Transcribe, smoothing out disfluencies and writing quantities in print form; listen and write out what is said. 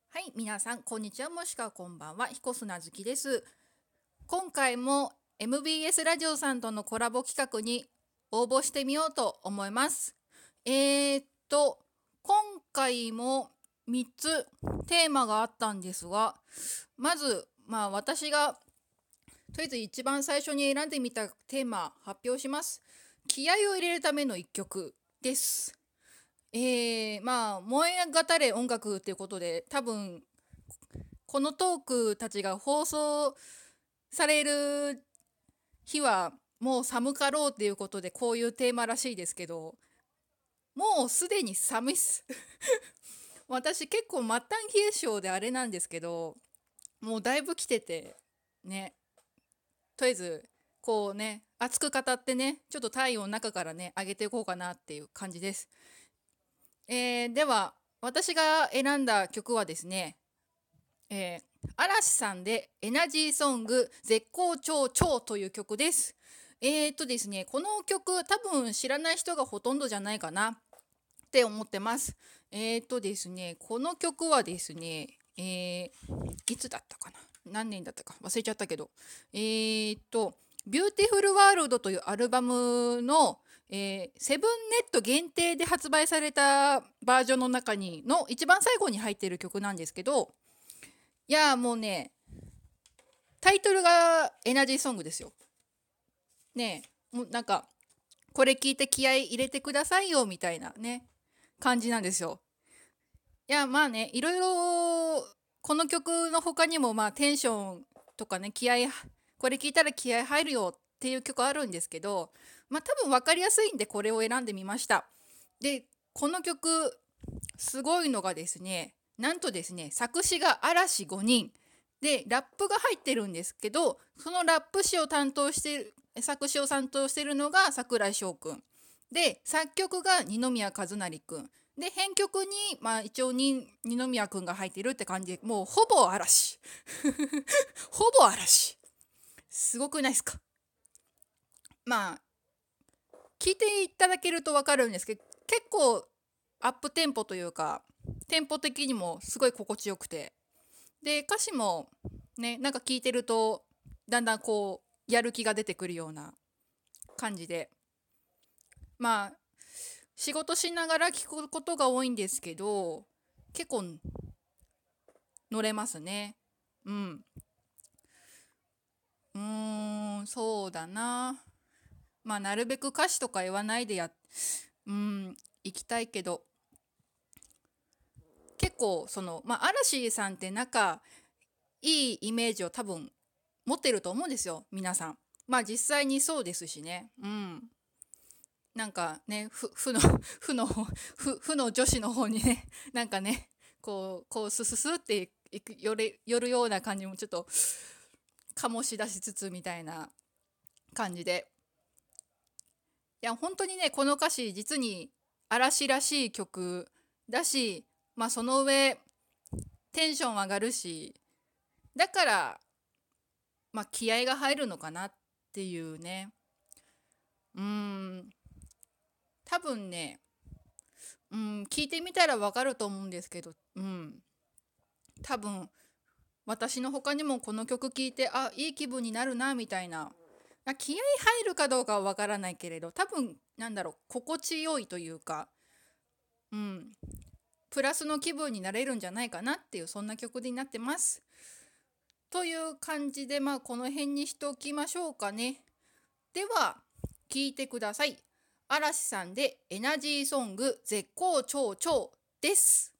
はい、皆さん、こんにちは、もしくはこんばんは。彦砂月です。今回も MBS ラジオさんとのコラボ企画に応募してみようと思います。えーっと、今回も3つテーマがあったんですが、まず、私がとりあえず一番最初に選んでみたテーマ発表します。気合を入れるための一曲です。燃え語れ音楽っていうことで、多分このトークたちが放送される日はもう寒かろうっていうことで、こういうテーマらしいですけど、もうすでに寒いっす。私結構末端冷え性であれなんですけど、もうだいぶ来ててね。とりあえずこうね、熱く語ってね、ちょっと体温の中からね上げていこうかなっていう感じです。では私が選んだ曲はですね、嵐さんでエナジーソング絶好調調という曲です。ですね、この曲多分知らない人がほとんどじゃないかなって思ってます。ですね、この曲はですね、いつだったかな、何年だったか忘れちゃったけど、ビューティフルワールドというアルバムの、セブンネット限定で発売されたバージョンの中にの一番最後に入っている曲なんですけど、いやもうね、タイトルがエナジーソングですよ。ねえ、もうなんかこれ聞いて気合い入れてくださいよみたいなね感じなんですよ。いやまあね、いろいろこの曲の他にもテンションとかね、気合い、これ聞いたら気合い入るよっていう曲あるんですけど、多分分かりやすいんでこれを選んでみました。でこの曲すごいのがですね、なんとですね、作詞が嵐5人でラップが入ってるんですけど、そのラップ詞を担当してる、作詞を担当してるのが櫻井翔くんで、作曲が二宮和也くんで、編曲に一応二宮くんが入ってるって感じで、もうほぼ嵐。ほぼ嵐、すごくないですか？まあ聞いていただけると分かるんですけど、結構アップテンポというか、テンポ的にもすごい心地よくて、で歌詞もね、なんか聞いてるとだんだんこうやる気が出てくるような感じで、まあ仕事しながら聞くことが多いんですけど、結構乗れますね。うん。そうだな。なるべく歌詞とか言わないで行きたいけど、結構嵐さんって仲いいイメージを多分持ってると思うんですよ、皆さん。実際にそうですしね。うん。なんかね、負の負の女子の方にね、なんかね、こうスススって寄るような感じもちょっと醸し出しつつみたいな感じで、いや本当にね、この歌詞実に嵐らしい曲だし、その上テンション上がるし、だから気合が入るのかなっていうね。うーん多分ね、聞いてみたらわかると思うんですけど、多分私の他にもこの曲聴いて、いい気分になるなみたいな、気合入るかどうかはわからないけれど、多分なんだろう、心地よいというか、うん、プラスの気分になれるんじゃないかなっていう、そんな曲になってます。という感じで、この辺にしておきましょうかね。では聞いてください。嵐さんでエナジーソング絶好調調です。